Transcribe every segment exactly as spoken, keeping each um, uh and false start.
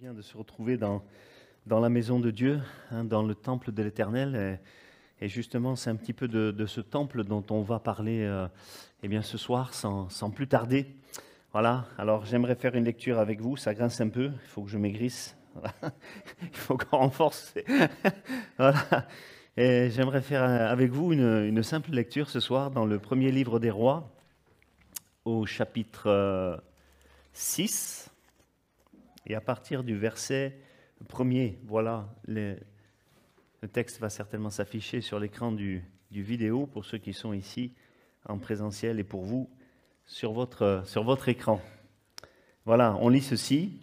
bien de se retrouver dans, dans la maison de Dieu, hein, dans le temple de l'Éternel. Et, et justement, c'est un petit peu de, de ce temple dont on va parler euh, eh bien, ce soir, sans, sans plus tarder. Voilà, alors j'aimerais faire une lecture avec vous, ça grince un peu, il faut que je maigrisse. Voilà. Il faut qu'on renforce. Voilà. Et j'aimerais faire avec vous une, une simple lecture ce soir dans le premier livre des rois, au chapitre euh, six. Et à partir du verset premier, voilà, les, le texte va certainement s'afficher sur l'écran du, du vidéo pour ceux qui sont ici en présentiel et pour vous sur votre, sur votre écran. Voilà, on lit ceci.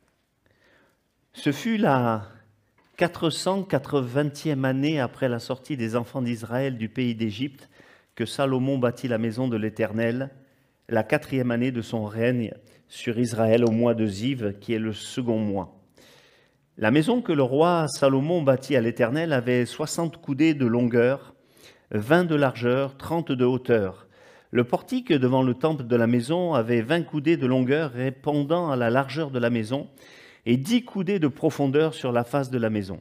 Ce fut la quatre cent quatre-vingtième année après la sortie des enfants d'Israël du pays d'Égypte que Salomon bâtit la maison de l'Éternel, la quatrième année de son règne sur Israël au mois de Ziv, qui est le second mois. La maison que le roi Salomon bâtit à l'Éternel avait soixante coudées de longueur, vingt de largeur, trente de hauteur. Le portique devant le temple de la maison avait vingt coudées de longueur répondant à la largeur de la maison et dix coudées de profondeur sur la face de la maison.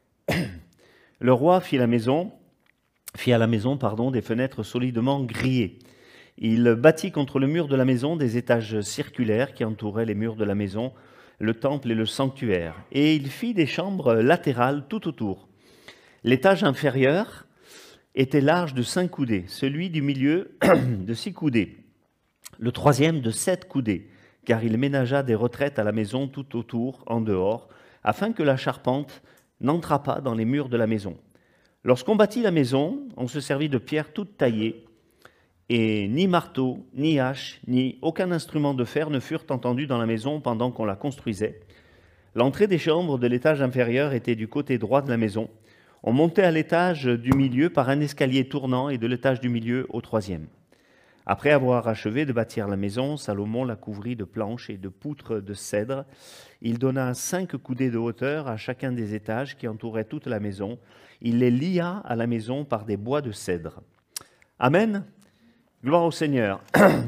Le roi fit, la maison, fit à la maison pardon, des fenêtres solidement grillées. Il bâtit contre le mur de la maison des étages circulaires qui entouraient les murs de la maison, le temple et le sanctuaire. Et il fit des chambres latérales tout autour. L'étage inférieur était large de cinq coudées, celui du milieu de six coudées, le troisième de sept coudées, car il ménagea des retraites à la maison tout autour, en dehors, afin que la charpente n'entrât pas dans les murs de la maison. Lorsqu'on bâtit la maison, on se servit de pierres toutes taillées, et ni marteau, ni hache, ni aucun instrument de fer ne furent entendus dans la maison pendant qu'on la construisait. L'entrée des chambres de l'étage inférieur était du côté droit de la maison. On montait à l'étage du milieu par un escalier tournant et de l'étage du milieu au troisième. Après avoir achevé de bâtir la maison, Salomon la couvrit de planches et de poutres de cèdre. Il donna cinq coudées de hauteur à chacun des étages qui entouraient toute la maison. Il les lia à la maison par des bois de cèdre. Amen. Gloire au Seigneur.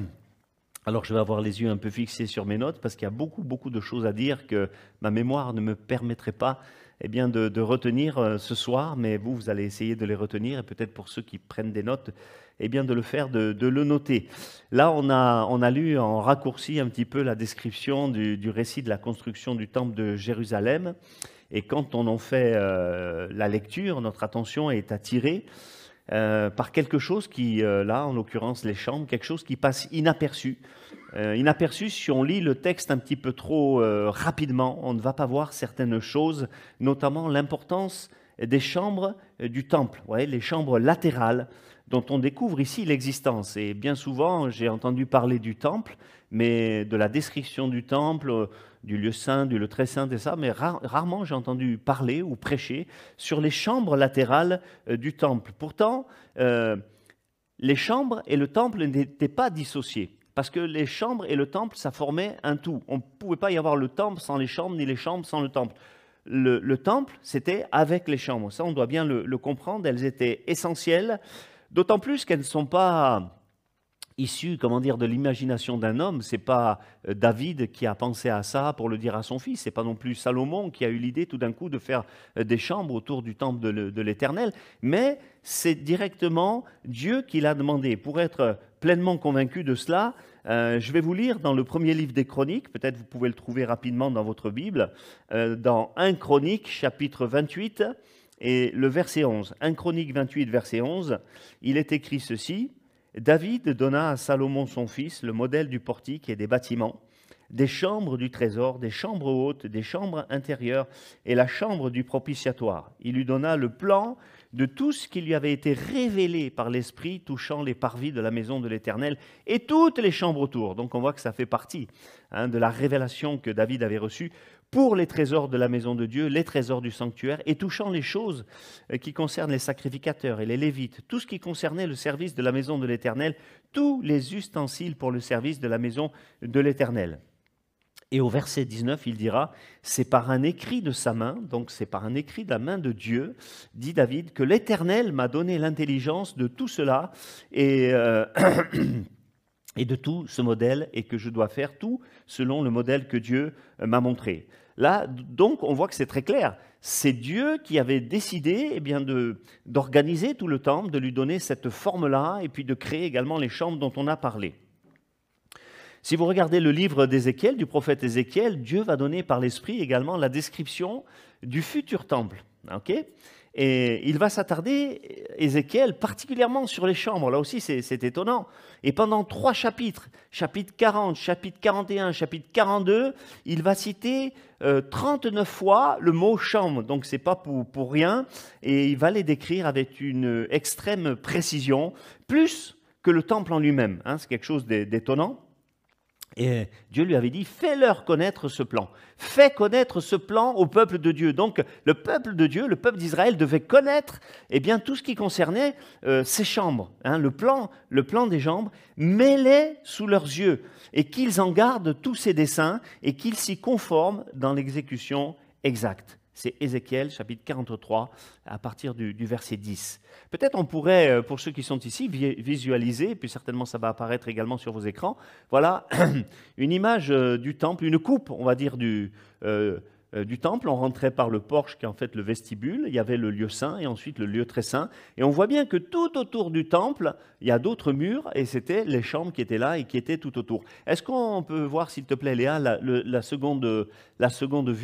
Alors je vais avoir les yeux un peu fixés sur mes notes parce qu'il y a beaucoup, beaucoup de choses à dire que ma mémoire ne me permettrait pas eh bien, de, de retenir ce soir, mais vous, vous allez essayer de les retenir et peut-être pour ceux qui prennent des notes, eh bien, de le faire, de, de le noter. Là, on a, on a lu en raccourci un petit peu la description du, du récit de la construction du temple de Jérusalem et quand on en fait euh, la lecture, notre attention est attirée Euh, par quelque chose qui, euh, là, en l'occurrence les chambres, quelque chose qui passe inaperçu. Euh, inaperçu, si on lit le texte un petit peu trop euh, rapidement, on ne va pas voir certaines choses, notamment l'importance des chambres euh, du temple, vous voyez, les chambres latérales, dont on découvre ici l'existence. Et bien souvent, j'ai entendu parler du temple, mais de la description du temple, du lieu saint, du lieu très saint et ça, mais ra- rarement j'ai entendu parler ou prêcher sur les chambres latérales euh, du temple. Pourtant, euh, les chambres et le temple n'étaient pas dissociés, parce que les chambres et le temple, ça formait un tout. On ne pouvait pas y avoir le temple sans les chambres, ni les chambres sans le temple. Le, le temple, c'était avec les chambres. Ça, on doit bien le, le comprendre, elles étaient essentielles, d'autant plus qu'elles ne sont pas issu, comment dire, de l'imagination d'un homme. C'est pas David qui a pensé à ça pour le dire à son fils. C'est pas non plus Salomon qui a eu l'idée tout d'un coup de faire des chambres autour du temple de l'Éternel, mais c'est directement Dieu qui l'a demandé. Pour être pleinement convaincu de cela, euh, je vais vous lire dans le premier livre des Chroniques, peut-être vous pouvez le trouver rapidement dans votre Bible, euh, dans un Chronique, chapitre vingt-huit, et le verset onze. un Chronique vingt-huit, verset onze, il est écrit ceci: David donna à Salomon son fils le modèle du portique et des bâtiments, des chambres du trésor, des chambres hautes, des chambres intérieures et la chambre du propitiatoire. Il lui donna le plan de tout ce qui lui avait été révélé par l'Esprit touchant les parvis de la maison de l'Éternel et toutes les chambres autour. Donc on voit que ça fait partie hein, de la révélation que David avait reçue pour les trésors de la maison de Dieu, les trésors du sanctuaire, et touchant les choses qui concernent les sacrificateurs et les Lévites, tout ce qui concernait le service de la maison de l'Éternel, tous les ustensiles pour le service de la maison de l'Éternel. Et au verset dix-neuf, il dira, c'est par un écrit de sa main, donc c'est par un écrit de la main de Dieu, dit David, que l'Éternel m'a donné l'intelligence de tout cela, et... Euh, et de tout ce modèle, et que je dois faire tout selon le modèle que Dieu m'a montré. Là, donc, on voit que c'est très clair. C'est Dieu qui avait décidé eh bien, de, d'organiser tout le temple, de lui donner cette forme-là, et puis de créer également les chambres dont on a parlé. Si vous regardez le livre d'Ézéchiel, du prophète Ézéchiel, Dieu va donner par l'Esprit également la description du futur temple. Okay, et il va s'attarder, Ézéchiel, particulièrement sur les chambres. Là aussi, c'est, c'est étonnant. Et pendant trois chapitres, chapitre quarante, chapitre quarante et un, chapitre quarante-deux, il va citer euh, trente-neuf fois le mot chambre. Donc, ce n'est pas pour, pour rien. Et il va les décrire avec une extrême précision, plus que le temple en lui-même. Hein, c'est quelque chose d'étonnant. Et Dieu lui avait dit, fais-leur connaître ce plan. Fais connaître ce plan au peuple de Dieu. Donc, le peuple de Dieu, le peuple d'Israël devait connaître eh bien, tout ce qui concernait euh, ces chambres. Hein, le plan, le plan des chambres, mets-les sous leurs yeux et qu'ils en gardent tous ces desseins et qu'ils s'y conforment dans l'exécution exacte. C'est Ézéchiel, chapitre quarante-trois, à partir du, du verset dix. Peut-être on pourrait, pour ceux qui sont ici, visualiser, puis certainement ça va apparaître également sur vos écrans, voilà une image du temple, une coupe, on va dire, du, euh, du temple. On rentrait par le porche, qui est en fait le vestibule, il y avait le lieu saint et ensuite le lieu très saint. Et on voit bien que tout autour du temple, il y a d'autres murs, et c'était les chambres qui étaient là et qui étaient tout autour. Est-ce qu'on peut voir, s'il te plaît, Léa, la, le, la, seconde, la seconde vue ?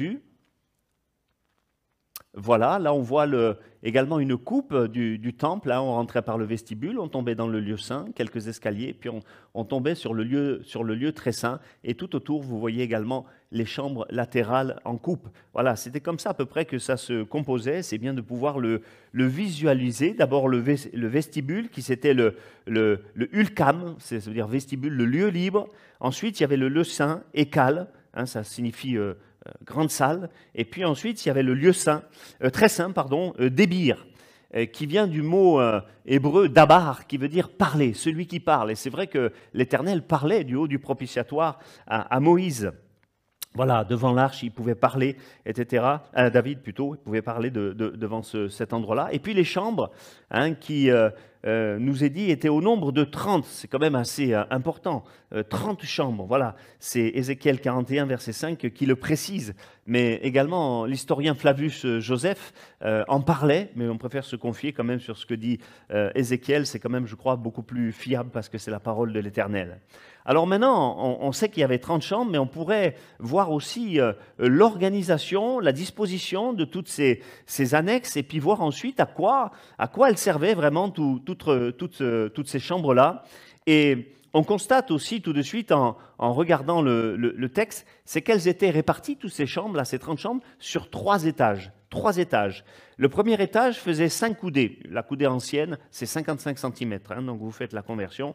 Voilà, là on voit le, également une coupe du, du temple. Là, on rentrait par le vestibule, on tombait dans le lieu saint, quelques escaliers, puis on, on tombait sur le, lieu, sur le lieu très saint. Et tout autour, vous voyez également les chambres latérales en coupe. Voilà, c'était comme ça à peu près que ça se composait. C'est bien de pouvoir le, le visualiser. D'abord le, le vestibule, qui c'était le, le, le ulcam, c'est-à-dire vestibule, le lieu libre. Ensuite, il y avait le lieu saint, écale, hein, ça signifie... Euh, grande salle, et puis ensuite il y avait le lieu saint, euh, très saint, pardon, euh, débir, euh, qui vient du mot euh, hébreu dabar, qui veut dire parler, celui qui parle. Et c'est vrai que l'Éternel parlait du haut du propitiatoire à, à Moïse. Voilà, devant l'arche, il pouvait parler, et cetera. À David plutôt, il pouvait parler de, de, devant ce, cet endroit-là. Et puis les chambres, hein, qui euh, euh, nous est dit étaient au nombre de trente. C'est quand même assez euh, important. Euh, trente chambres, voilà. C'est Ézéchiel quarante et un, verset cinq, qui le précise. Mais également, l'historien Flavius Joseph euh, en parlait, mais on préfère se confier quand même sur ce que dit euh, Ézéchiel. C'est quand même, je crois, beaucoup plus fiable parce que c'est la parole de l'Éternel. Alors maintenant, on, on sait qu'il y avait trente chambres, mais on pourrait voir aussi euh, l'organisation, la disposition de toutes ces, ces annexes, et puis voir ensuite à quoi, à quoi elles servaient vraiment tout, toutes, toutes, toutes ces chambres-là. Et on constate aussi tout de suite, en, en regardant le, le, le texte, c'est qu'elles étaient réparties, toutes ces chambres, là, ces trente chambres, sur trois étages. Trois étages. Le premier étage faisait cinq coudées. La coudée ancienne, c'est cinquante-cinq centimètres, hein, donc vous faites la conversion.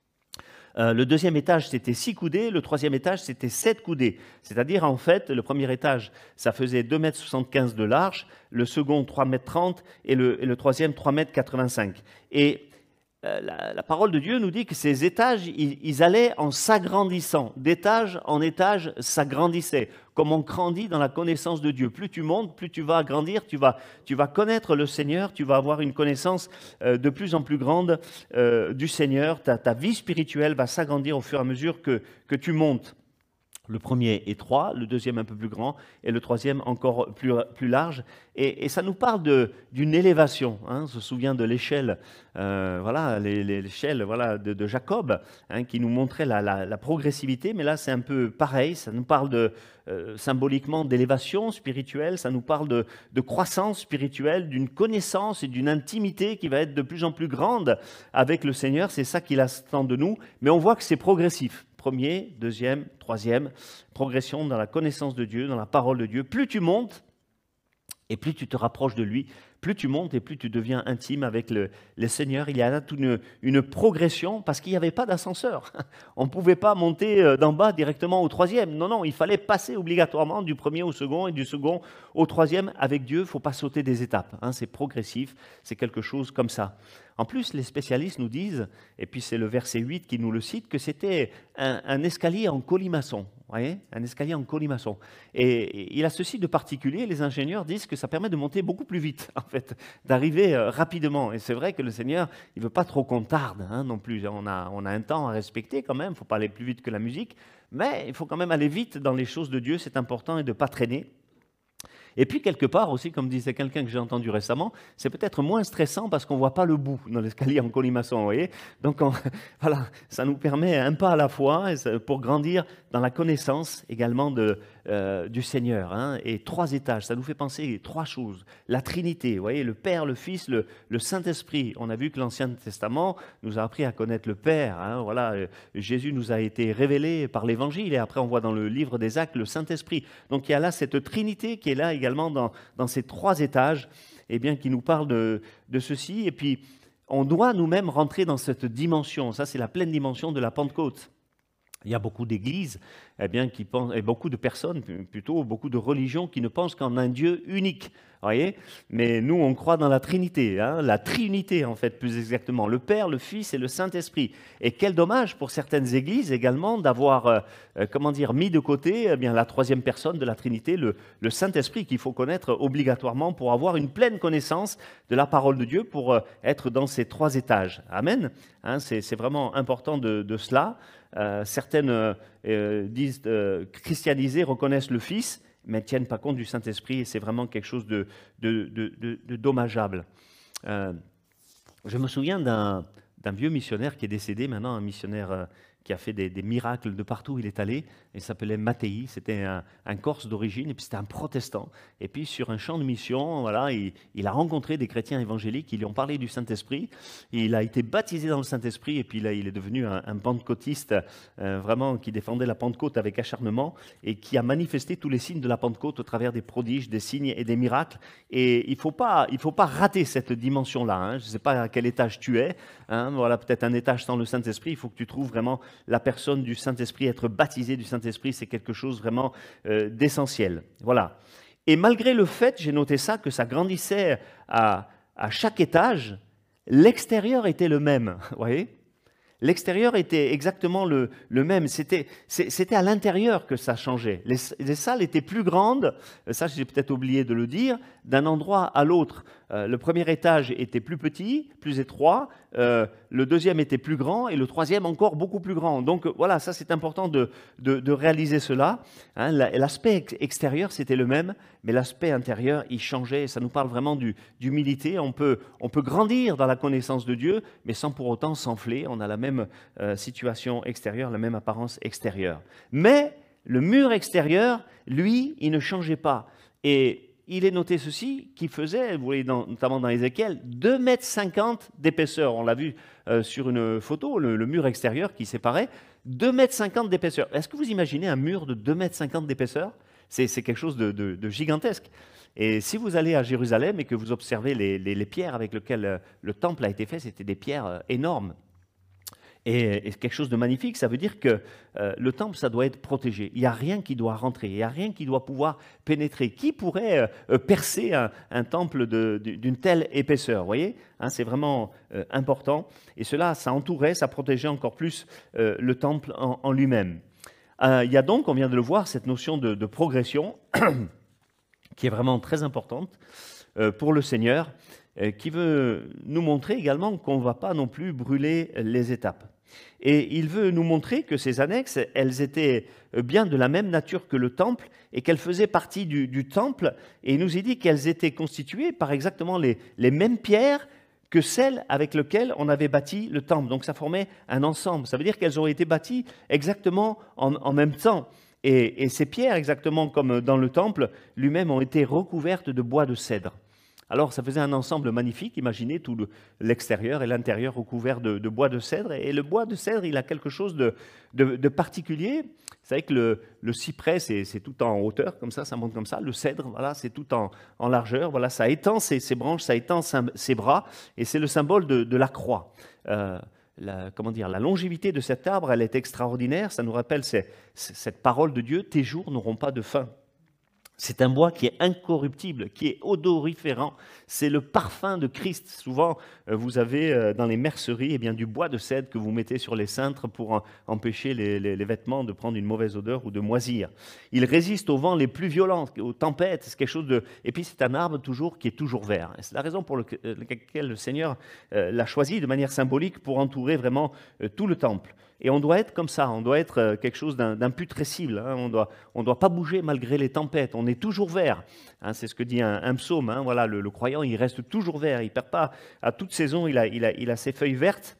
Euh, le deuxième étage, c'était six coudées. Le troisième étage, c'était sept coudées. C'est-à-dire, en fait, le premier étage, ça faisait deux mètres soixante-quinze de large, le second, trois mètres trente, et le, et le troisième, trois mètres quatre-vingt-cinq. Et euh, la, la parole de Dieu nous dit que ces étages, ils, ils allaient en s'agrandissant. D'étage en étage, s'agrandissaient. Comme on grandit dans la connaissance de Dieu. Plus tu montes, plus tu vas grandir, tu vas, tu vas connaître le Seigneur, tu vas avoir une connaissance euh, de plus en plus grande euh, du Seigneur. Ta, ta vie spirituelle va s'agrandir au fur et à mesure que, que tu montes. Le premier étroit, le deuxième un peu plus grand, et le troisième encore plus, plus large. Et, et ça nous parle de, d'une élévation. Hein. On se souvient de l'échelle, euh, voilà, l'échelle voilà, de, de Jacob, hein, qui nous montrait la, la, la progressivité. Mais là, c'est un peu pareil. Ça nous parle de, euh, symboliquement d'élévation spirituelle. Ça nous parle de, de croissance spirituelle, d'une connaissance et d'une intimité qui va être de plus en plus grande avec le Seigneur. C'est ça qu'il attend de nous. Mais on voit que c'est progressif. Premier, deuxième, troisième, progression dans la connaissance de Dieu, dans la parole de Dieu. Plus tu montes, et plus tu te rapproches de lui, plus tu montes et plus tu deviens intime avec le, le Seigneur. Il y a là toute une, une progression parce qu'il n'y avait pas d'ascenseur. On ne pouvait pas monter d'en bas directement au troisième. Non, non, il fallait passer obligatoirement du premier au second et du second au troisième. Avec Dieu, il ne faut pas sauter des étapes. Hein, c'est progressif, c'est quelque chose comme ça. En plus, les spécialistes nous disent, et puis c'est le verset huit qui nous le cite, que c'était un, un escalier en colimaçon. Vous voyez, un escalier en colimaçon. Et il a ceci de particulier, les ingénieurs disent que ça permet de monter beaucoup plus vite, en fait, d'arriver euh, rapidement. Et c'est vrai que le Seigneur, il ne veut pas trop qu'on tarde hein, non plus. On a, on a un temps à respecter quand même, il ne faut pas aller plus vite que la musique, mais il faut quand même aller vite dans les choses de Dieu, c'est important, et de ne pas traîner. Et puis, quelque part aussi, comme disait quelqu'un que j'ai entendu récemment, c'est peut-être moins stressant parce qu'on ne voit pas le bout dans l'escalier en colimaçon, vous voyez. Donc, on, voilà, ça nous permet un pas à la fois pour grandir dans la connaissance également de, euh, du Seigneur. Hein. Et trois étages, ça nous fait penser trois choses. La Trinité, vous voyez, le Père, le Fils, le, le Saint-Esprit. On a vu que l'Ancien Testament nous a appris à connaître le Père. Hein. Voilà, Jésus nous a été révélé par l'Évangile et après on voit dans le livre des Actes le Saint-Esprit. Donc, il y a là cette Trinité qui est là également dans, dans ces trois étages, eh bien, qui nous parle de, de ceci. Et puis, on doit nous-mêmes rentrer dans cette dimension. Ça, c'est la pleine dimension de la Pentecôte. Il y a beaucoup d'églises, eh bien, qui pensent, et beaucoup de personnes, plutôt beaucoup de religions, qui ne pensent qu'en un Dieu unique. Voyez, mais nous, on croit dans la Trinité, hein, la Trinité en fait, plus exactement, le Père, le Fils et le Saint-Esprit. Et quel dommage pour certaines églises également d'avoir, euh, euh, comment dire, mis de côté eh bien, la troisième personne de la Trinité, le, le Saint-Esprit, qu'il faut connaître obligatoirement pour avoir une pleine connaissance de la parole de Dieu, pour euh, être dans ces trois étages. Amen. Hein, c'est, c'est vraiment important de, de cela. Euh, certaines euh, disent euh, christianisées reconnaissent le Fils, mais ne tiennent pas compte du Saint-Esprit, et c'est vraiment quelque chose de, de, de, de, de dommageable. Euh, je me souviens d'un, d'un vieux missionnaire qui est décédé maintenant, un missionnaire euh, qui a fait des, des miracles de partout où il est allé. Il s'appelait Mattei, c'était un, un Corse d'origine, et puis c'était un protestant. Et puis sur un champ de mission, voilà, il, il a rencontré des chrétiens évangéliques qui lui ont parlé du Saint-Esprit. Il a été baptisé dans le Saint-Esprit, et puis là, il est devenu un, un pentecôtiste euh, vraiment qui défendait la Pentecôte avec acharnement, et qui a manifesté tous les signes de la Pentecôte au travers des prodiges, des signes et des miracles. Et il ne faut pas, il faut pas rater cette dimension-là. Hein. Je ne sais pas à quel étage tu es. Hein, voilà, peut-être un étage sans le Saint-Esprit. Il faut que tu trouves vraiment la personne du Saint-Esprit, être baptisé du Saint-Esprit, c'est quelque chose vraiment euh, d'essentiel. Voilà. Et malgré le fait, j'ai noté ça, que ça grandissait à, à chaque étage, l'extérieur était le même. Vous voyez ? L'extérieur était exactement le, le même. C'était, c'était à l'intérieur que ça changeait. Les, les salles étaient plus grandes, ça j'ai peut-être oublié de le dire, d'un endroit à l'autre. Euh, le premier étage était plus petit, plus étroit, euh, le deuxième était plus grand et le troisième encore beaucoup plus grand. Donc voilà, ça c'est important de, de, de réaliser cela. Hein, l'aspect extérieur c'était le même, mais l'aspect intérieur il changeait. Ça nous parle vraiment du, d'humilité. On peut, on peut grandir dans la connaissance de Dieu, mais sans pour autant s'enfler. On a la même euh, situation extérieure, la même apparence extérieure. Mais le mur extérieur, lui, il ne changeait pas. Et il est noté ceci, qui faisait, vous voyez dans, notamment dans Ézéchiel, deux mètres cinquante d'épaisseur. On l'a vu euh, sur une photo, le, le mur extérieur qui séparait, deux mètres cinquante d'épaisseur. Est-ce que vous imaginez un mur de deux mètres cinquante d'épaisseur ? C'est, c'est quelque chose de, de, de gigantesque. Et si vous allez à Jérusalem et que vous observez les, les, les pierres avec lesquelles euh, le temple a été fait, c'était des pierres euh, énormes. Et, et quelque chose de magnifique, ça veut dire que euh, le temple, ça doit être protégé. Il n'y a rien qui doit rentrer, il n'y a rien qui doit pouvoir pénétrer. Qui pourrait euh, percer un, un temple de, d'une telle épaisseur, vous voyez, hein, c'est vraiment euh, important. Et cela, ça entourait, ça protégeait encore plus euh, le temple en, en lui-même. Euh, il y a donc, on vient de le voir, cette notion de, de progression qui est vraiment très importante euh, pour le Seigneur, qui veut nous montrer également qu'on ne va pas non plus brûler les étapes. Et il veut nous montrer que ces annexes, elles étaient bien de la même nature que le temple et qu'elles faisaient partie du, du temple. Et il nous a dit qu'elles étaient constituées par exactement les, les mêmes pierres que celles avec lesquelles on avait bâti le temple. Donc ça formait un ensemble. Ça veut dire qu'elles ont été bâties exactement en, en même temps. Et, et ces pierres, exactement comme dans le temple, lui-même ont été recouvertes de bois de cèdre. Alors, ça faisait un ensemble magnifique. Imaginez tout le, l'extérieur et l'intérieur recouvert de, de bois de cèdre. Et le bois de cèdre, il a quelque chose de, de, de particulier. Vous savez que le, le cyprès, c'est, c'est tout en hauteur, comme ça, ça monte comme ça. Le cèdre, voilà, c'est tout en, en largeur. Voilà, ça étend ses, ses branches, ça étend ses bras. Et c'est le symbole de, de la croix. Euh, la, comment dire, la longévité de cet arbre, elle est extraordinaire. Ça nous rappelle c'est, c'est cette parole de Dieu. Tes jours n'auront pas de fin. C'est un bois qui est incorruptible, qui est odoriférant. C'est le parfum de Christ. Souvent, vous avez dans les merceries eh bien, du bois de cèdre que vous mettez sur les cintres pour empêcher les, les, les vêtements de prendre une mauvaise odeur ou de moisir. Il résiste aux vents les plus violents, aux tempêtes. C'est quelque chose de... Et puis, c'est un arbre toujours qui est toujours vert. C'est la raison pour laquelle le Seigneur l'a choisi de manière symbolique pour entourer vraiment tout le temple. Et on doit être comme ça, on doit être quelque chose d'imputrescible, hein. On doit, on doit pas bouger malgré les tempêtes, on est toujours vert, hein. C'est ce que dit un, un psaume, hein. Voilà, le, le croyant, il reste toujours vert, il ne perd pas, à toute saison, il a, il, a, il a ses feuilles vertes,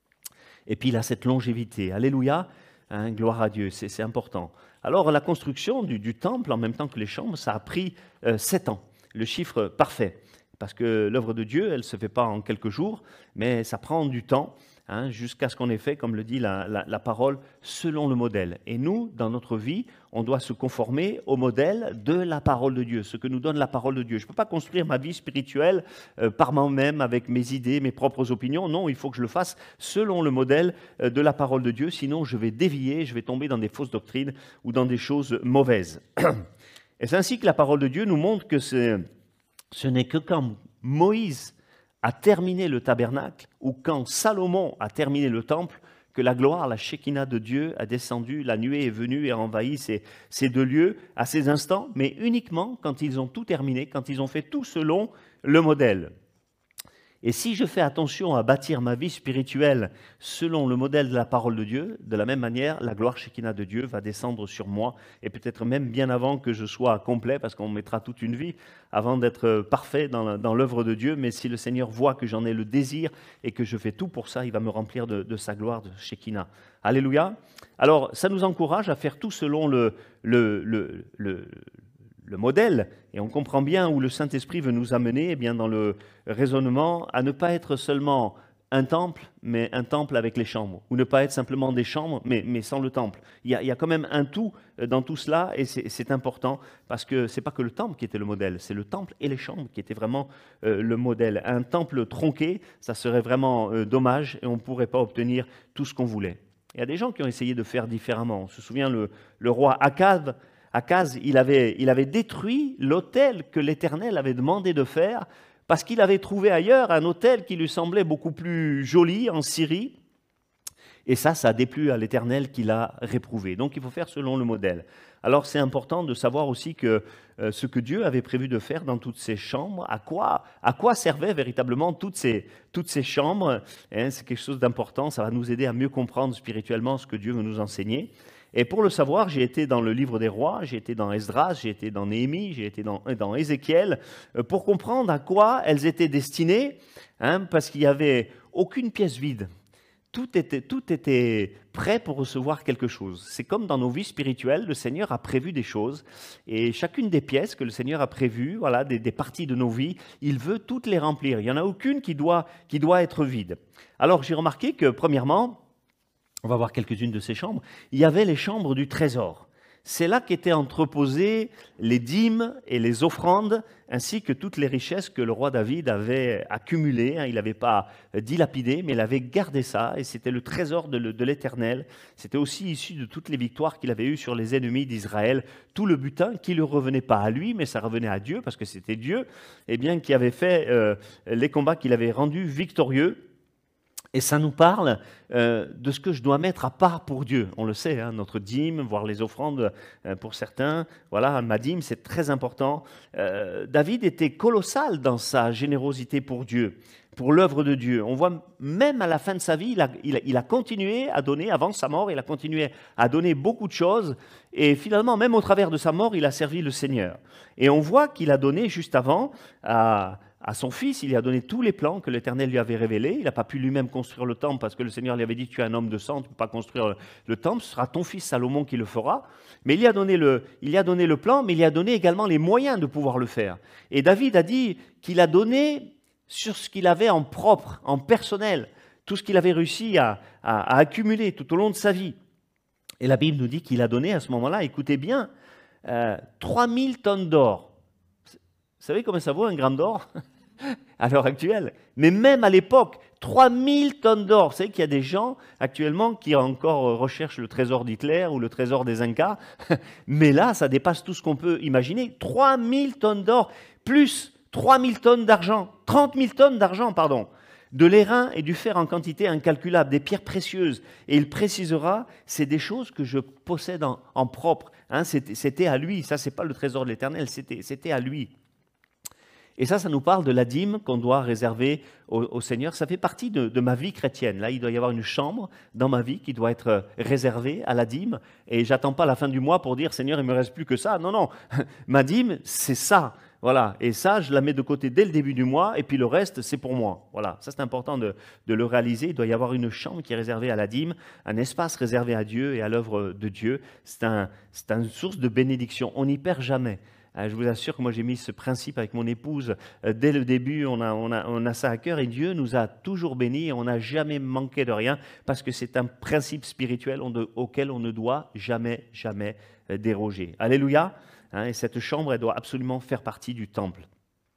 et puis il a cette longévité. Alléluia, hein, gloire à Dieu, c'est important. Alors la construction du, du temple, en même temps que les chambres, ça a pris euh, sept ans, le chiffre parfait, parce que l'œuvre de Dieu, elle ne se fait pas en quelques jours, mais ça prend du temps, hein, jusqu'à ce qu'on ait fait, comme le dit la, la, la parole, selon le modèle. Et nous, dans notre vie, on doit se conformer au modèle de la parole de Dieu, ce que nous donne la parole de Dieu. Je ne peux pas construire ma vie spirituelle euh, par moi-même, avec mes idées, mes propres opinions. Non, il faut que je le fasse selon le modèle euh, de la parole de Dieu, sinon je vais dévier, je vais tomber dans des fausses doctrines ou dans des choses mauvaises. Et c'est ainsi que la parole de Dieu nous montre que c'est... Ce n'est que quand Moïse a terminé le tabernacle ou quand Salomon a terminé le temple que la gloire, la Shekinah de Dieu a descendu, la nuée est venue et a envahi ces, ces deux lieux à ces instants, mais uniquement quand ils ont tout terminé, quand ils ont fait tout selon le modèle. Et si je fais attention à bâtir ma vie spirituelle selon le modèle de la parole de Dieu, de la même manière, la gloire Shekinah de Dieu va descendre sur moi, et peut-être même bien avant que je sois complet, parce qu'on mettra toute une vie avant d'être parfait dans, dans l'œuvre de Dieu, mais si le Seigneur voit que j'en ai le désir et que je fais tout pour ça, il va me remplir de, de sa gloire, de Shekinah. Alléluia. Alors, ça nous encourage à faire tout selon le... le, le, le le modèle, et on comprend bien où le Saint-Esprit veut nous amener, eh bien dans le raisonnement, à ne pas être seulement un temple, mais un temple avec les chambres, ou ne pas être simplement des chambres, mais, mais sans le temple. Il y, a, il y a quand même un tout dans tout cela, et c'est important, parce que ce n'est pas que le temple qui était le modèle, c'est le temple et les chambres qui étaient vraiment euh, le modèle. Un temple tronqué, ça serait vraiment euh, dommage, et on ne pourrait pas obtenir tout ce qu'on voulait. Il y a des gens qui ont essayé de faire différemment. On se souvient, le, le roi Akaz, Akaz, il avait, il avait détruit l'autel que l'Éternel avait demandé de faire parce qu'il avait trouvé ailleurs un autel qui lui semblait beaucoup plus joli en Syrie. Et ça, ça a déplu à l'Éternel qui l'a réprouvé. Donc il faut faire selon le modèle. Alors c'est important de savoir aussi que euh, ce que Dieu avait prévu de faire dans toutes ces chambres, à quoi, à quoi servaient véritablement toutes ces, toutes ces chambres, hein, c'est quelque chose d'important, ça va nous aider à mieux comprendre spirituellement ce que Dieu veut nous enseigner. Et pour le savoir, j'ai été dans le livre des rois, j'ai été dans Esdras, j'ai été dans Néhémie, j'ai été dans, dans Ézéchiel, pour comprendre à quoi elles étaient destinées, hein, parce qu'il n'y avait aucune pièce vide. Tout était, tout était prêt pour recevoir quelque chose. C'est comme dans nos vies spirituelles, le Seigneur a prévu des choses, et chacune des pièces que le Seigneur a prévues, voilà, des, des parties de nos vies, il veut toutes les remplir. Il n'y en a aucune qui doit, qui doit être vide. Alors j'ai remarqué que, premièrement, on va voir quelques-unes de ces chambres, il y avait les chambres du trésor. C'est là qu'étaient entreposées les dîmes et les offrandes, ainsi que toutes les richesses que le roi David avait accumulées. Il n'avait pas dilapidé, mais il avait gardé ça, et c'était le trésor de l'Éternel. C'était aussi issu de toutes les victoires qu'il avait eues sur les ennemis d'Israël. Tout le butin qui ne revenait pas à lui, mais ça revenait à Dieu, parce que c'était Dieu eh bien, qui avait fait euh, les combats qu'il avait rendus victorieux. Et ça nous parle euh, de ce que je dois mettre à part pour Dieu. On le sait, hein, notre dîme, voire les offrandes euh, pour certains. Voilà, ma dîme, c'est très important. Euh, David était colossal dans sa générosité pour Dieu, pour l'œuvre de Dieu. On voit même à la fin de sa vie, il a, il, a, il a continué à donner, avant sa mort, il a continué à donner beaucoup de choses. Et finalement, même au travers de sa mort, il a servi le Seigneur. Et on voit qu'il a donné juste avant à... À son fils, il lui a donné tous les plans que l'Éternel lui avait révélés. Il n'a pas pu lui-même construire le temple parce que le Seigneur lui avait dit « Tu es un homme de sang, tu ne peux pas construire le temple, ce sera ton fils Salomon qui le fera. » Mais il lui a donné le, il lui a donné le plan, mais il lui a donné également les moyens de pouvoir le faire. Et David a dit qu'il a donné sur ce qu'il avait en propre, en personnel, tout ce qu'il avait réussi à, à, à accumuler tout au long de sa vie. Et la Bible nous dit qu'il a donné à ce moment-là, écoutez bien, euh, trois mille tonnes d'or. Vous savez combien ça vaut un gramme d'or? à l'heure actuelle. Mais même à l'époque, trois mille tonnes d'or. Vous savez qu'il y a des gens actuellement qui encore recherchent le trésor d'Hitler ou le trésor des Incas. Mais là, ça dépasse tout ce qu'on peut imaginer. trois mille tonnes d'or, plus trois mille tonnes d'argent, trente mille tonnes d'argent, pardon. De l'airain et du fer en quantité incalculable, des pierres précieuses. Et il précisera, c'est des choses que je possède en, en propre. Hein, c'était à lui, ça c'est pas le trésor de l'Éternel, c'était à lui. Et ça, ça nous parle de la dîme qu'on doit réserver au, au Seigneur. Ça fait partie de, de ma vie chrétienne. Là, il doit y avoir une chambre dans ma vie qui doit être réservée à la dîme. Et j'attends pas la fin du mois pour dire, Seigneur, il me reste plus que ça. Non, non, ma dîme, c'est ça. Voilà. Et ça, je la mets de côté dès le début du mois. Et puis le reste, c'est pour moi. Voilà. Ça, c'est important de, de le réaliser. Il doit y avoir une chambre qui est réservée à la dîme, un espace réservé à Dieu et à l'œuvre de Dieu. C'est un, c'est une source de bénédiction. On n'y perd jamais. Je vous assure que moi j'ai mis ce principe avec mon épouse dès le début, on a, on a, on a ça à cœur et Dieu nous a toujours bénis et on n'a jamais manqué de rien parce que c'est un principe spirituel auquel on ne doit jamais, jamais déroger. Alléluia. Et cette chambre, elle doit absolument faire partie du temple.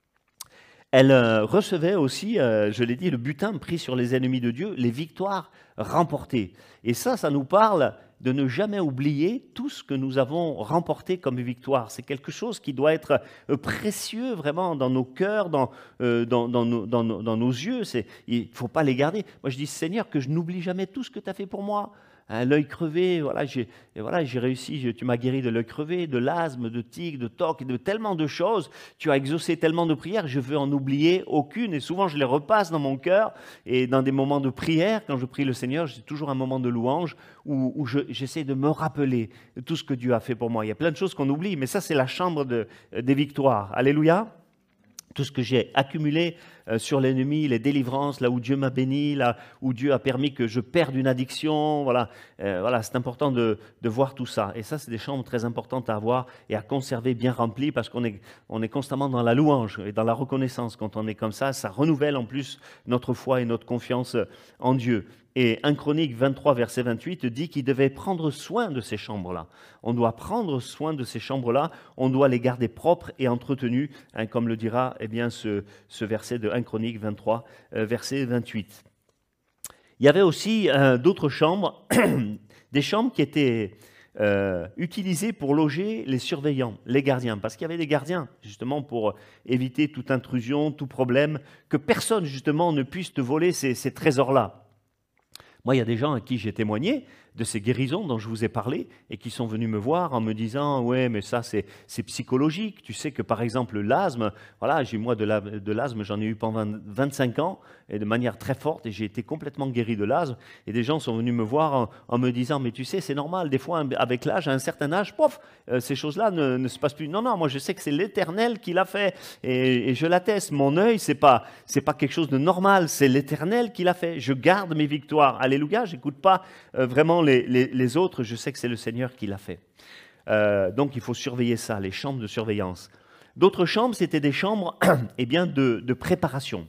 Elle recevait aussi, je l'ai dit, le butin pris sur les ennemis de Dieu, les victoires remportées. Et ça, ça nous parle de ne jamais oublier tout ce que nous avons remporté comme victoire. C'est quelque chose qui doit être précieux vraiment dans nos cœurs, dans, euh, dans, dans, nos, dans, nos, dans nos yeux. Il ne faut pas les garder. Moi, je dis, Seigneur, que je n'oublie jamais tout ce que tu as fait pour moi. Hein, l'œil crevé, voilà, j'ai voilà, j'ai réussi, je, tu m'as guéri de l'œil crevé, de l'asthme, de tic, de toc, de tellement de choses. Tu as exaucé tellement de prières, je veux en oublier aucune. Et souvent, je les repasse dans mon cœur. Et dans des moments de prière, quand je prie le Seigneur, j'ai toujours un moment de louange où, où je, j'essaie de me rappeler tout ce que Dieu a fait pour moi. Il y a plein de choses qu'on oublie, mais ça, c'est la chambre de, des victoires. Alléluia. Tout ce que j'ai accumulé euh, sur l'ennemi, les délivrances, là où Dieu m'a béni, là où Dieu a permis que je perde une addiction, voilà, euh, voilà, c'est important de, de voir tout ça. Et ça, c'est des chambres très importantes à avoir et à conserver bien remplies parce qu'on est, on est constamment dans la louange et dans la reconnaissance. Quand on est comme ça, ça renouvelle en plus notre foi et notre confiance en Dieu. Et un Chronique vingt-trois, verset vingt-huit, dit qu'il devait prendre soin de ces chambres-là. On doit prendre soin de ces chambres-là, on doit les garder propres et entretenues, hein, comme le dira eh bien, ce, ce verset de un Chronique vingt-trois, euh, verset vingt-huit. Il y avait aussi euh, d'autres chambres, des chambres qui étaient euh, utilisées pour loger les surveillants, les gardiens, parce qu'il y avait des gardiens, justement, pour éviter toute intrusion, tout problème, que personne, justement, ne puisse te voler ces, ces trésors-là. Moi, il y a des gens à qui j'ai témoigné de ces guérisons dont je vous ai parlé et qui sont venus me voir en me disant « Ouais, mais ça, c'est psychologique. Tu sais que, par exemple, l'asthme, voilà, j'ai moi de l'asthme, j'en ai eu pendant vingt-cinq ans et de manière très forte et j'ai été complètement guéri de l'asthme. Et des gens sont venus me voir en, en me disant « Mais tu sais, c'est normal, des fois, avec l'âge, à un certain âge, pof, euh, ces choses-là ne, ne se passent plus. Non, non, moi, je sais que c'est l'Éternel qui l'a fait et, et je l'atteste. Mon œil, c'est pas, c'est pas quelque chose de normal, c'est l'Éternel qui l'a fait. Je garde mes victoires. Alléluia, j'écoute pas euh, vraiment les Les, les, les autres, je sais que c'est le Seigneur qui l'a fait. Euh, donc il faut surveiller ça, les chambres de surveillance. D'autres chambres, c'était des chambres eh bien, de, de préparation.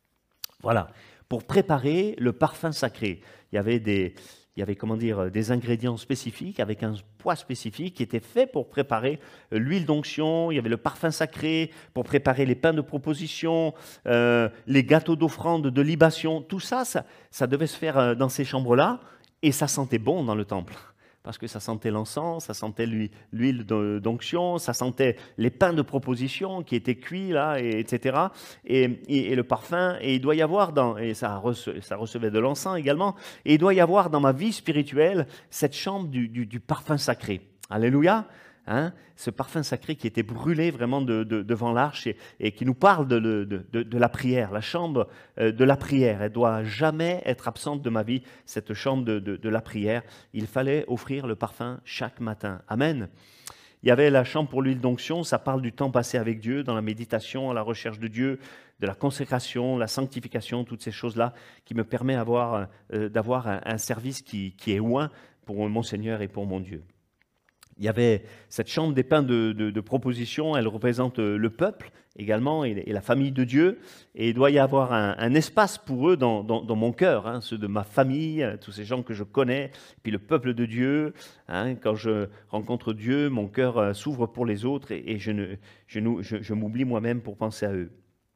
Voilà, pour préparer le parfum sacré. Il y avait des, il y avait, comment dire, des ingrédients spécifiques avec un poids spécifique qui était fait pour préparer l'huile d'onction. Il y avait le parfum sacré pour préparer les pains de proposition, euh, les gâteaux d'offrande, de libation. Tout ça, ça, ça devait se faire dans ces chambres-là. Et ça sentait bon dans le temple, parce que ça sentait l'encens, ça sentait l'huile d'onction, ça sentait les pains de proposition qui étaient cuits, là, et, etc. Et, et, et le parfum, et il doit y avoir, dans, et ça, rece, ça recevait de l'encens également, et il doit y avoir dans ma vie spirituelle cette chambre du, du, du parfum sacré. Alléluia. Hein, ce parfum sacré qui était brûlé vraiment de, de, devant l'arche et, et qui nous parle de, de, de, de la prière, la chambre de la prière. Elle ne doit jamais être absente de ma vie, cette chambre de, de, de la prière. Il fallait offrir le parfum chaque matin. Amen. Il y avait la chambre pour l'huile d'onction, ça parle du temps passé avec Dieu, dans la méditation, à la recherche de Dieu, de la consécration, la sanctification, toutes ces choses-là qui me permettent d'avoir euh, d'avoir un, un service qui, qui est loin pour mon Seigneur et pour mon Dieu. Il y avait cette chambre des pains de, de, de proposition, elle représente le peuple également et, et la famille de Dieu. Et il doit y avoir un, un espace pour eux dans, dans, dans mon cœur, hein, ceux de ma famille, tous ces gens que je connais, puis le peuple de Dieu. Hein, quand je rencontre Dieu, mon cœur s'ouvre pour les autres et, et je, ne, je, je, je m'oublie moi-même pour penser à eux.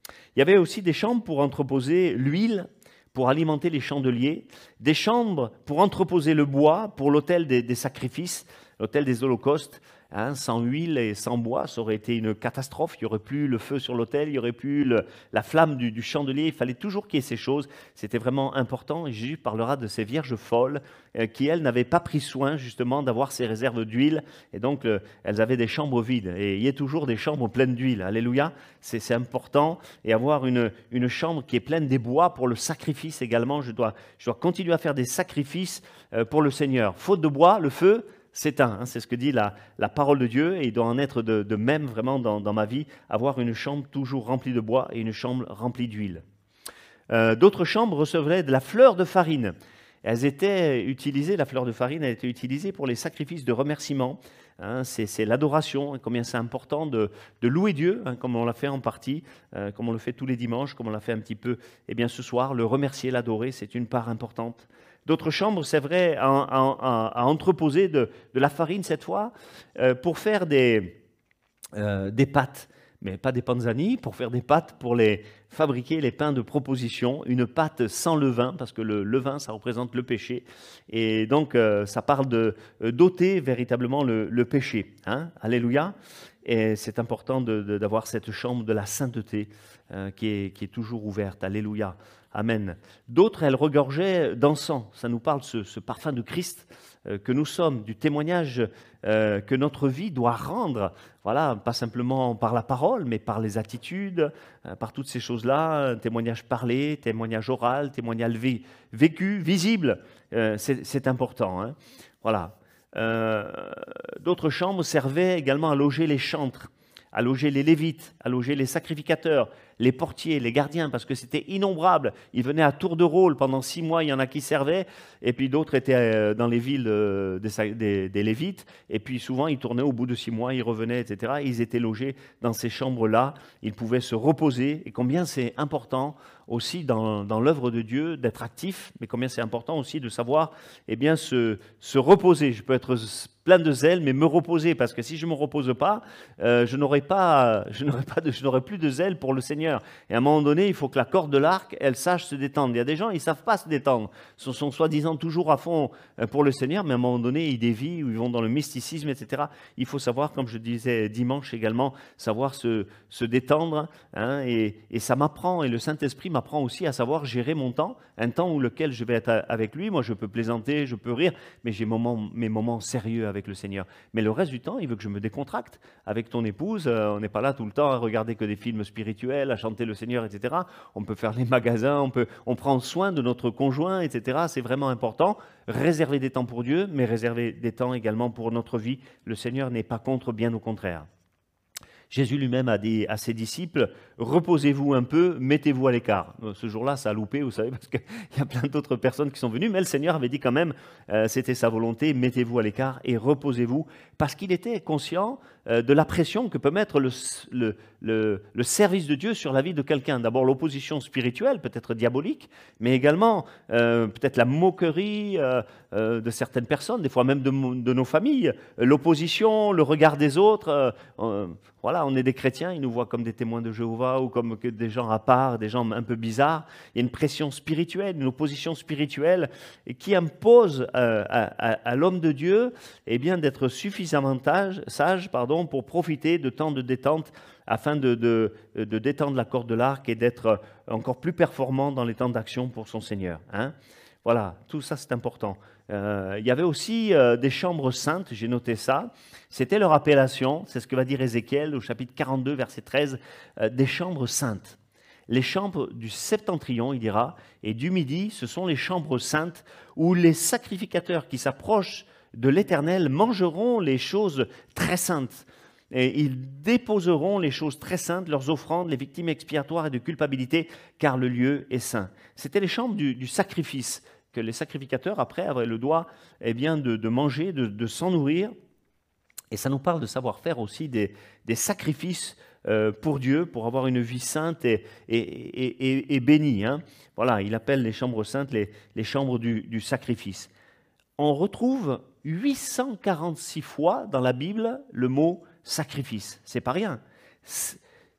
Il y avait aussi des chambres pour entreposer l'huile, pour alimenter les chandeliers, des chambres pour entreposer le bois, pour l'autel des, des sacrifices, l'autel des holocaustes. Hein, sans huile et sans bois, ça aurait été une catastrophe. Il n'y aurait plus le feu sur l'autel, il n'y aurait plus le, la flamme du, du chandelier. Il fallait toujours qu'il y ait ces choses. C'était vraiment important. Et Jésus parlera de ces vierges folles euh, qui, elles, n'avaient pas pris soin justement d'avoir ces réserves d'huile. Et donc, euh, elles avaient des chambres vides. Et il y a toujours des chambres pleines d'huile. Alléluia. C'est, c'est important. Et avoir une, une chambre qui est pleine des bois pour le sacrifice également. Je dois, je dois continuer à faire des sacrifices euh, pour le Seigneur. Faute de bois, le feu s'éteint, hein, c'est ce que dit la, la parole de Dieu, et il doit en être de, de même vraiment dans, dans ma vie, avoir une chambre toujours remplie de bois et une chambre remplie d'huile. Euh, d'autres chambres recevaient de la fleur de farine. Elles étaient utilisées, la fleur de farine a été utilisée pour les sacrifices de remerciement. Hein, c'est, c'est l'adoration, hein, combien c'est important de, de louer Dieu, hein, comme on l'a fait en partie, euh, comme on le fait tous les dimanches, comme on l'a fait un petit peu eh bien, ce soir. Le remercier, l'adorer, c'est une part importante. D'autres chambres, c'est vrai, à, à, à entreposer de, de la farine cette fois, euh, pour faire des, euh, des pâtes, mais pas des panzani, pour faire des pâtes, pour les fabriquer les pains de proposition, une pâte sans levain, parce que le levain, ça représente le péché, et donc euh, ça parle de, d'ôter véritablement le, le péché. Hein, alléluia. Et c'est important de, de, d'avoir cette chambre de la sainteté euh, qui, est, qui est toujours ouverte. Alléluia. Amen. D'autres, elles regorgeaient d'encens. Ça nous parle, ce, ce parfum de Christ euh, que nous sommes, du témoignage euh, que notre vie doit rendre. Voilà, pas simplement par la parole, mais par les attitudes, euh, par toutes ces choses-là. Témoignage parlé, témoignage oral, témoignage vé- vécu, visible. Euh, c'est, c'est important. Hein. Voilà. Euh, d'autres chambres servaient également à loger les chantres, à loger les lévites, à loger les sacrificateurs, les portiers, les gardiens, parce que c'était innombrable. Ils venaient à tour de rôle. Pendant six mois, il y en a qui servaient, et puis d'autres étaient dans les villes des, des, des Lévites, et puis souvent, ils tournaient au bout de six mois, ils revenaient, et cetera. Ils étaient logés dans ces chambres-là. Ils pouvaient se reposer, et combien c'est important aussi dans, dans l'œuvre de Dieu d'être actif, mais combien c'est important aussi de savoir eh bien, se, se reposer. Je peux être plein de zèle, mais me reposer, parce que si je ne me repose pas, euh, je n'aurai pas, je n'aurai pas de, je n'aurai plus de zèle pour le Seigneur. Et à un moment donné, il faut que la corde de l'arc, elle sache se détendre. Il y a des gens, ils ne savent pas se détendre. Ils sont, sont soi-disant toujours à fond pour le Seigneur, mais à un moment donné, ils dévient, ou ils vont dans le mysticisme, et cetera. Il faut savoir, comme je disais dimanche également, savoir se, se détendre. Hein, et, et ça m'apprend, et le Saint-Esprit m'apprend aussi à savoir gérer mon temps, un temps où lequel je vais être avec lui. Moi, je peux plaisanter, je peux rire, mais j'ai moments, mes moments sérieux avec le Seigneur. Mais le reste du temps, il veut que je me décontracte. Avec ton épouse, euh, on n'est pas là tout le temps à regarder que des films spirituels, à chanter le Seigneur, et cetera. On peut faire les magasins, on, peut, on prend soin de notre conjoint, et cetera. C'est vraiment important. Réserver des temps pour Dieu, mais réserver des temps également pour notre vie. Le Seigneur n'est pas contre, bien au contraire. Jésus lui-même a dit à ses disciples, reposez-vous un peu, mettez-vous à l'écart. Ce jour-là, ça a loupé, vous savez, parce qu'il y a plein d'autres personnes qui sont venues, mais le Seigneur avait dit quand même, euh, c'était sa volonté, mettez-vous à l'écart et reposez-vous, parce qu'il était conscient euh, de la pression que peut mettre le, le, le, le service de Dieu sur la vie de quelqu'un. D'abord l'opposition spirituelle, peut-être diabolique, mais également euh, peut-être la moquerie euh, euh, de certaines personnes, des fois même de, de nos familles, l'opposition, le regard des autres, euh, euh, voilà, on est des chrétiens, ils nous voient comme des témoins de Jéhovah ou comme que des gens à part, des gens un peu bizarres. Il y a une pression spirituelle, une opposition spirituelle qui impose euh, à, à, à l'homme de Dieu eh bien, d'être suffisamment sage, sage pardon, pour profiter de temps de détente afin de, de, de détendre la corde de l'arc et d'être encore plus performant dans les temps d'action pour son Seigneur. Hein. Voilà, tout ça c'est important. Euh, il y avait aussi euh, des chambres saintes, j'ai noté ça. C'était leur appellation, c'est ce que va dire Ézéchiel au chapitre quarante-deux, verset treize, euh, des chambres saintes. Les chambres du septentrion, il dira, et du midi, ce sont les chambres saintes où les sacrificateurs qui s'approchent de l'Éternel mangeront les choses très saintes. Et ils déposeront les choses très saintes, leurs offrandes, les victimes expiatoires et de culpabilité, car le lieu est saint. C'était les chambres du, du sacrifice, que les sacrificateurs, après, avaient le droit eh bien, de, de manger, de, de s'en nourrir. Et ça nous parle de savoir faire aussi des, des sacrifices euh, pour Dieu, pour avoir une vie sainte et, et, et, et, et bénie. Hein. Voilà, il appelle les chambres saintes les, les chambres du, du sacrifice. On retrouve huit cent quarante-six fois dans la Bible le mot sacrifice. C'est pas rien.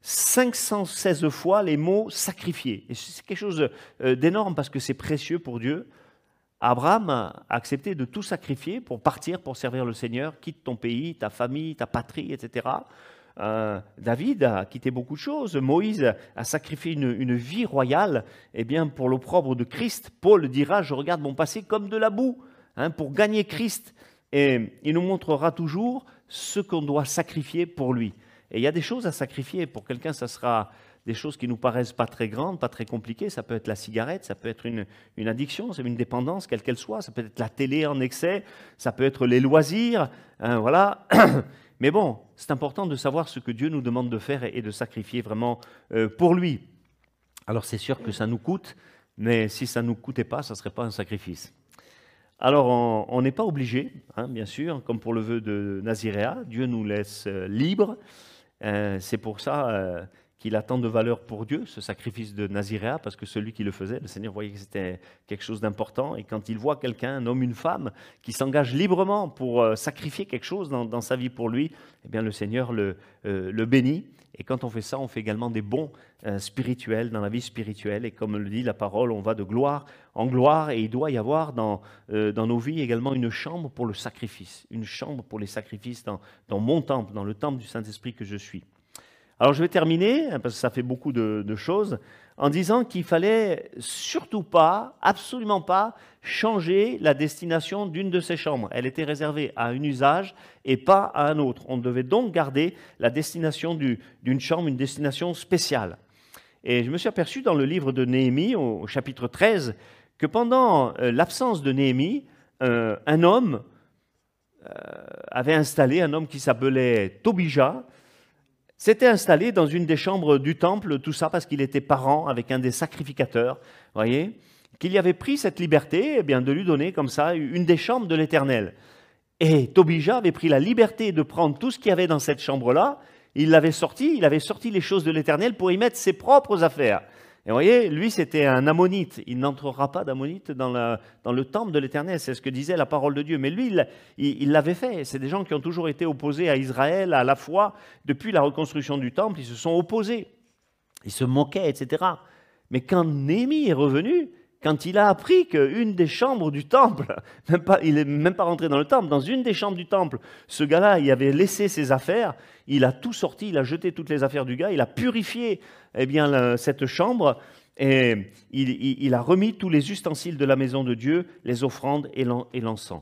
cinq cent seize fois les mots sacrifier. Et c'est quelque chose euh, d'énorme parce que c'est précieux pour Dieu. Abraham a accepté de tout sacrifier pour partir, pour servir le Seigneur. Quitte ton pays, ta famille, ta patrie, et cetera. Euh, David a quitté beaucoup de choses. Moïse a sacrifié une, une vie royale eh bien, pour l'opprobre de Christ. Paul dira, je regarde mon passé comme de la boue, hein, pour gagner Christ. Et il nous montrera toujours ce qu'on doit sacrifier pour lui. Et il y a des choses à sacrifier. Pour quelqu'un, ça sera des choses qui nous paraissent pas très grandes, pas très compliquées. Ça peut être la cigarette, ça peut être une, une addiction, c'est une dépendance, quelle qu'elle soit. Ça peut être la télé en excès, ça peut être les loisirs, hein, voilà. Mais bon, c'est important de savoir ce que Dieu nous demande de faire et de sacrifier vraiment euh, pour lui. Alors c'est sûr que ça nous coûte, mais si ça ne nous coûtait pas, ça ne serait pas un sacrifice. Alors on n'est pas obligé, hein, bien sûr, comme pour le vœu de Naziréa, Dieu nous laisse euh, libres. Euh, c'est pour ça euh, qu'il a tant de valeur pour Dieu, ce sacrifice de Naziréa, parce que celui qui le faisait, le Seigneur voyait que c'était quelque chose d'important. Et quand il voit quelqu'un, un homme, une femme, qui s'engage librement pour euh, sacrifier quelque chose dans, dans sa vie pour lui, eh bien le Seigneur le, euh, le bénit. Et quand on fait ça, on fait également des bons euh, spirituels, dans la vie spirituelle. Et comme le dit la parole, on va de gloire en gloire. Et il doit y avoir dans, euh, dans nos vies également une chambre pour le sacrifice. Une chambre pour les sacrifices dans, dans mon temple, dans le temple du Saint-Esprit que je suis. Alors je vais terminer, parce que ça fait beaucoup de, de choses, en disant qu'il fallait surtout pas, absolument pas, changer la destination d'une de ces chambres. Elle était réservée à un usage et pas à un autre. On devait donc garder la destination du, d'une chambre, une destination spéciale. Et je me suis aperçu dans le livre de Néhémie, au, au chapitre treize, que pendant euh, l'absence de Néhémie, euh, un homme euh, avait installé, un homme qui s'appelait Tobija, s'était installé dans une des chambres du temple, tout ça parce qu'il était parent avec un des sacrificateurs, voyez, qu'il y avait pris cette liberté eh bien, de lui donner comme ça une des chambres de l'Éternel. Et Tobija avait pris la liberté de prendre tout ce qu'il y avait dans cette chambre-là, il l'avait sorti, il avait sorti les choses de l'Éternel pour y mettre ses propres affaires. Et vous voyez, lui, c'était un ammonite. Il n'entrera pas d'ammonite dans, la, dans le temple de l'Éternel. C'est ce que disait la parole de Dieu. Mais lui, il, il, il l'avait fait. C'est des gens qui ont toujours été opposés à Israël, à la foi. Depuis la reconstruction du temple, ils se sont opposés. Ils se moquaient, et cetera. Mais quand Néhémie est revenu, quand il a appris qu'une des chambres du temple, même pas, il n'est même pas rentré dans le temple, dans une des chambres du temple, ce gars-là, il avait laissé ses affaires, il a tout sorti, il a jeté toutes les affaires du gars, il a purifié eh bien, la, cette chambre et il, il, il a remis tous les ustensiles de la maison de Dieu, les offrandes et l'encens.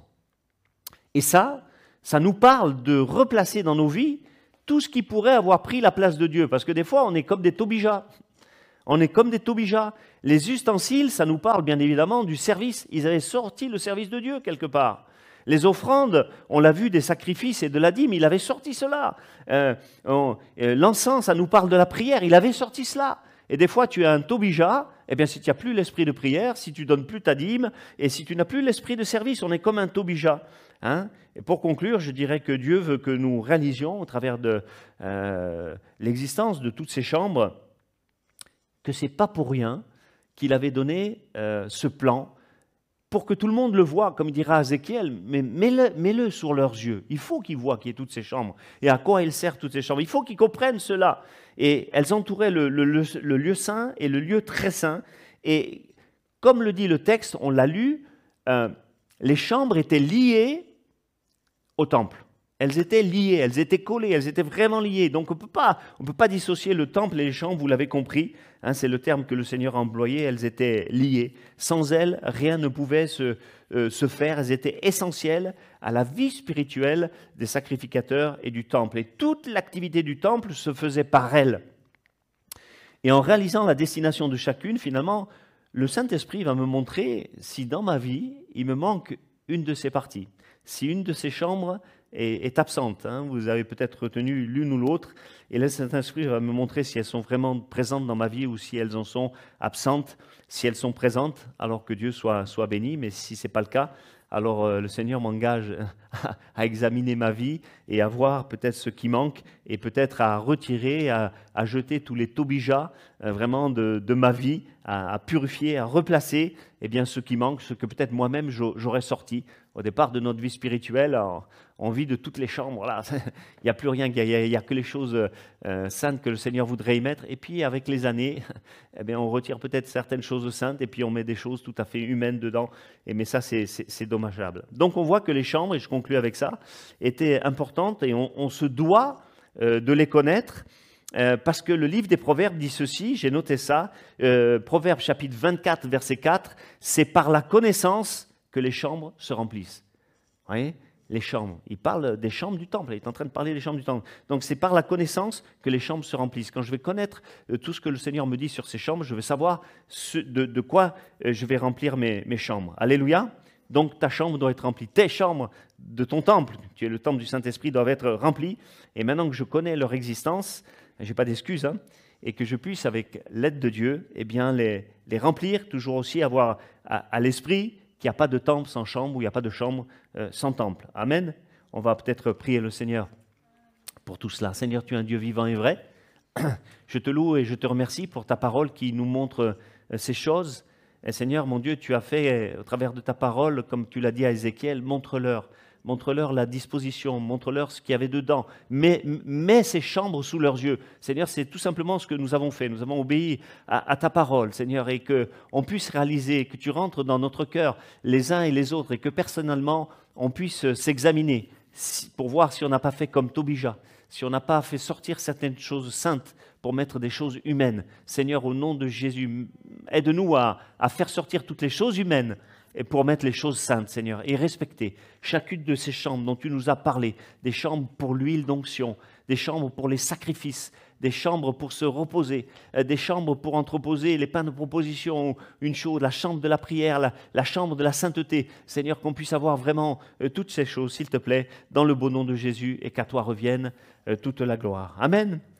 Et ça, ça nous parle de replacer dans nos vies tout ce qui pourrait avoir pris la place de Dieu, parce que des fois, on est comme des Tobijas. On est comme des Tobijas. Les ustensiles, ça nous parle bien évidemment du service. Ils avaient sorti le service de Dieu quelque part. Les offrandes, on l'a vu, des sacrifices et de la dîme, il avait sorti cela. Euh, on, euh, l'encens, ça nous parle de la prière, il avait sorti cela. Et des fois, tu as un Tobija, eh bien, si tu n'as plus l'esprit de prière, si tu ne donnes plus ta dîme, et si tu n'as plus l'esprit de service, on est comme un Tobija. Hein? Et pour conclure, je dirais que Dieu veut que nous réalisions, au travers de euh, l'existence de toutes ces chambres, que ce n'est pas pour rien qu'il avait donné euh, ce plan, pour que tout le monde le voie, comme dira Ézéchiel, mais mets-le, mets-le sur leurs yeux. Il faut qu'ils voient qu'il y ait toutes ces chambres, et à quoi elles servent toutes ces chambres. Il faut qu'ils comprennent cela. Et elles entouraient le, le, le, le lieu saint et le lieu très saint. Et comme le dit le texte, on l'a lu, euh, les chambres étaient liées au temple. Elles étaient liées, elles étaient collées, elles étaient vraiment liées. Donc on ne peut pas, on peut pas dissocier le temple et les chambres, vous l'avez compris. Hein, c'est le terme que le Seigneur a employé, elles étaient liées. Sans elles, rien ne pouvait se, euh, se faire. Elles étaient essentielles à la vie spirituelle des sacrificateurs et du temple. Et toute l'activité du temple se faisait par elles. Et en réalisant la destination de chacune, finalement, le Saint-Esprit va me montrer si dans ma vie, il me manque une de ces parties. Si une de ces chambres est, est absente, hein, vous avez peut-être retenu l'une ou l'autre, et le Saint-Esprit va me montrer si elles sont vraiment présentes dans ma vie ou si elles en sont absentes. Si elles sont présentes, alors que Dieu soit, soit béni, mais si ce n'est pas le cas, alors euh, le Seigneur m'engage à, à examiner ma vie et à voir peut-être ce qui manque et peut-être à retirer, à, à jeter tous les tobijas euh, vraiment de, de ma vie à, à purifier, à replacer eh bien, ce qui manque, ce que peut-être moi-même j'aurais sorti. Au départ de notre vie spirituelle, on, on vit de toutes les chambres. Là. Il n'y a plus rien, il n'y a, a que les choses euh, saintes que le Seigneur voudrait y mettre. Et puis avec les années, eh bien, on retire peut-être certaines choses saintes et puis on met des choses tout à fait humaines dedans. Et, mais ça, c'est dommageable. Donc on voit que les chambres, et je conclue avec ça, étaient importantes et on, on se doit euh, de les connaître. Euh, parce que le livre des Proverbes dit ceci, j'ai noté ça, euh, Proverbes chapitre vingt-quatre, verset quatre, c'est par la connaissance que les chambres se remplissent. Vous voyez, les chambres, il parle des chambres du temple, il est en train de parler des chambres du temple. Donc c'est par la connaissance que les chambres se remplissent. Quand je vais connaître euh, tout ce que le Seigneur me dit sur ces chambres, je vais savoir ce, de, de quoi euh, je vais remplir mes, mes chambres. Alléluia. Donc ta chambre doit être remplie. Tes chambres de ton temple, tu es le temple du Saint-Esprit, doivent être remplies. Et maintenant que je connais leur existence, je n'ai pas d'excuses, hein, et que je puisse, avec l'aide de Dieu, eh bien, les, les remplir, toujours aussi avoir à, à l'esprit qu'il n'y a pas de temple sans chambre, ou il n'y a pas de chambre euh, sans temple. Amen. On va peut-être prier le Seigneur pour tout cela. Seigneur, tu es un Dieu vivant et vrai. Je te loue et je te remercie pour ta parole qui nous montre euh, ces choses. Et Seigneur, mon Dieu, tu as fait, au travers de ta parole, comme tu l'as dit à Ézéchiel, montre-leur. Montre-leur la disposition, montre-leur ce qu'il y avait dedans. Mets, mets ces chambres sous leurs yeux. Seigneur, c'est tout simplement ce que nous avons fait. Nous avons obéi à, à ta parole, Seigneur, et qu'on puisse réaliser, que tu rentres dans notre cœur les uns et les autres, et que personnellement, on puisse s'examiner pour voir si on n'a pas fait comme Tobija, si on n'a pas fait sortir certaines choses saintes pour mettre des choses humaines. Seigneur, au nom de Jésus, aide-nous à, à faire sortir toutes les choses humaines et pour mettre les choses saintes, Seigneur, et respecter chacune de ces chambres dont tu nous as parlé, des chambres pour l'huile d'onction, des chambres pour les sacrifices, des chambres pour se reposer, des chambres pour entreposer les pains de proposition, une chose, la chambre de la prière, la, la chambre de la sainteté. Seigneur, qu'on puisse avoir vraiment euh, toutes ces choses, s'il te plaît, dans le beau nom de Jésus, et qu'à toi revienne euh, toute la gloire. Amen.